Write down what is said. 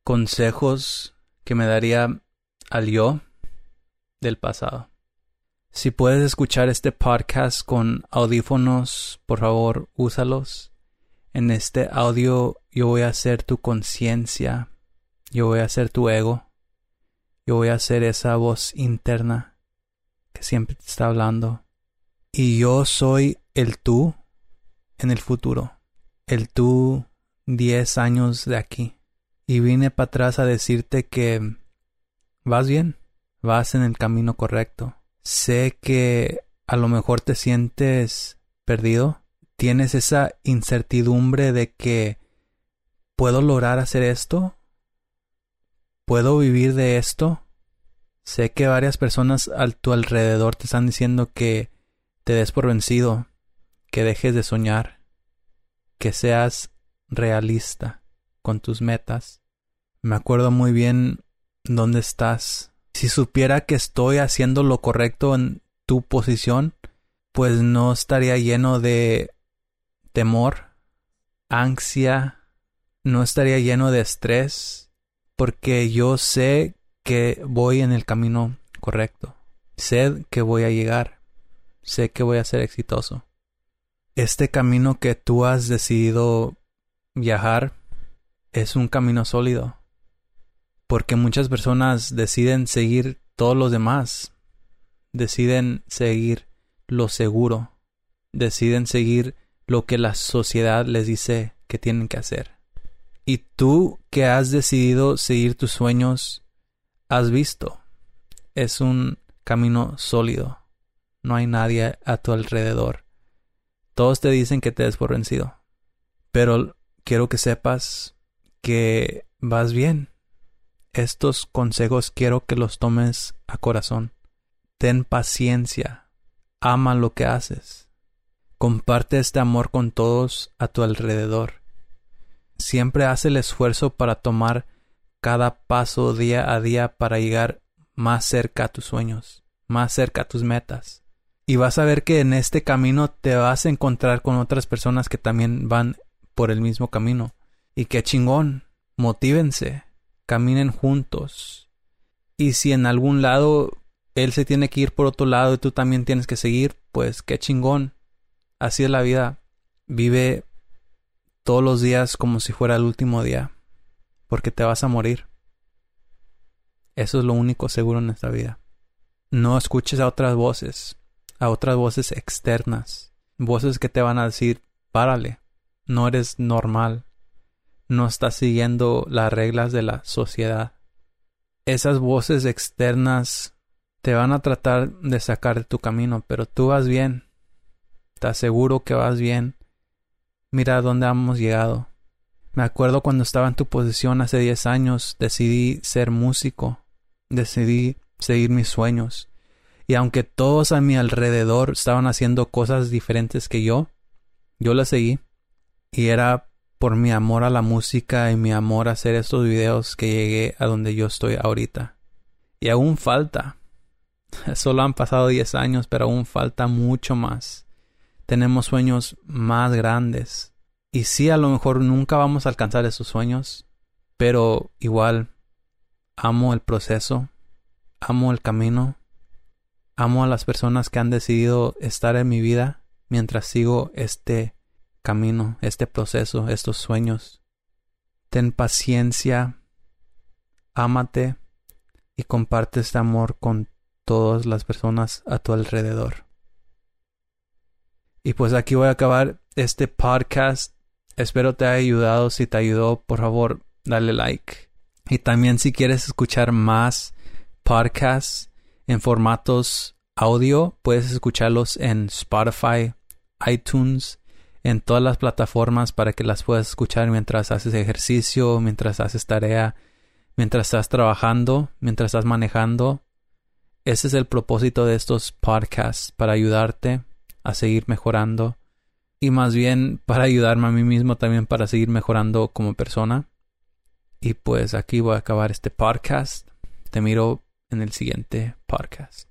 consejos que me daría al yo del pasado. Si puedes escuchar este podcast con audífonos, por favor, úsalos. En este audio yo voy a ser tu conciencia, yo voy a ser tu ego, yo voy a ser esa voz interna que siempre te está hablando. Y yo soy el tú en el futuro, el tú 10 años de aquí. Y vine para atrás a decirte que vas bien, vas en el camino correcto. Sé que a lo mejor te sientes perdido. Tienes esa incertidumbre de que ¿puedo lograr hacer esto? ¿Puedo vivir de esto? Sé que varias personas a tu alrededor te están diciendo que te des por vencido, que dejes de soñar, que seas realista con tus metas. Me acuerdo muy bien dónde estás. Si supiera que estoy haciendo lo correcto en tu posición, pues no estaría lleno de temor, ansia, no estaría lleno de estrés, porque yo sé que voy en el camino correcto. Sé que voy a llegar. Sé que voy a ser exitoso. Este camino que tú has decidido viajar es un camino sólido. Porque muchas personas deciden seguir todos los demás. Deciden seguir lo seguro. Deciden seguir lo que la sociedad les dice que tienen que hacer. Y tú que has decidido seguir tus sueños, has visto. Es un camino sólido. No hay nadie a tu alrededor. Todos te dicen que te des por vencido. Pero quiero que sepas que vas bien. Estos consejos quiero que los tomes a corazón. Ten paciencia. Ama lo que haces. Comparte este amor con todos a tu alrededor. Siempre haz el esfuerzo para tomar cada paso día a día para llegar más cerca a tus sueños, más cerca a tus metas. Y vas a ver que en este camino te vas a encontrar con otras personas que también van por el mismo camino. Y qué chingón, motívense, caminen juntos. Y si en algún lado él se tiene que ir por otro lado y tú también tienes que seguir, pues qué chingón. Así es la vida. Vive todos los días como si fuera el último día, porque te vas a morir. Eso es lo único seguro en esta vida. No escuches a otras voces externas, voces que te van a decir, párale, no eres normal, no estás siguiendo las reglas de la sociedad. Esas voces externas te van a tratar de sacar de tu camino, pero tú vas bien, te aseguro que vas bien. Mira a dónde hemos llegado. Me acuerdo cuando estaba en tu posición hace 10 años, decidí ser músico, decidí seguir mis sueños. Y aunque todos a mi alrededor estaban haciendo cosas diferentes que yo las seguí. Y era por mi amor a la música y mi amor a hacer estos videos que llegué a donde yo estoy ahorita. Y aún falta. Solo han pasado 10 años, pero aún falta mucho más. Tenemos sueños más grandes. Y sí, a lo mejor nunca vamos a alcanzar esos sueños, pero igual amo el proceso, amo el camino, amo a las personas que han decidido estar en mi vida mientras sigo este camino, este proceso, estos sueños. Ten paciencia, ámate y comparte este amor con todas las personas a tu alrededor. Y pues aquí voy a acabar este podcast. Espero te haya ayudado. Si te ayudó, por favor, dale like. Y también si quieres escuchar más podcasts en formatos audio, puedes escucharlos en Spotify, iTunes, en todas las plataformas para que las puedas escuchar mientras haces ejercicio, mientras haces tarea, mientras estás trabajando, mientras estás manejando. Ese es el propósito de estos podcasts, para ayudarte a seguir mejorando y más bien para ayudarme a mí mismo también para seguir mejorando como persona. Y pues aquí voy a acabar este podcast. Te miro en el siguiente podcast.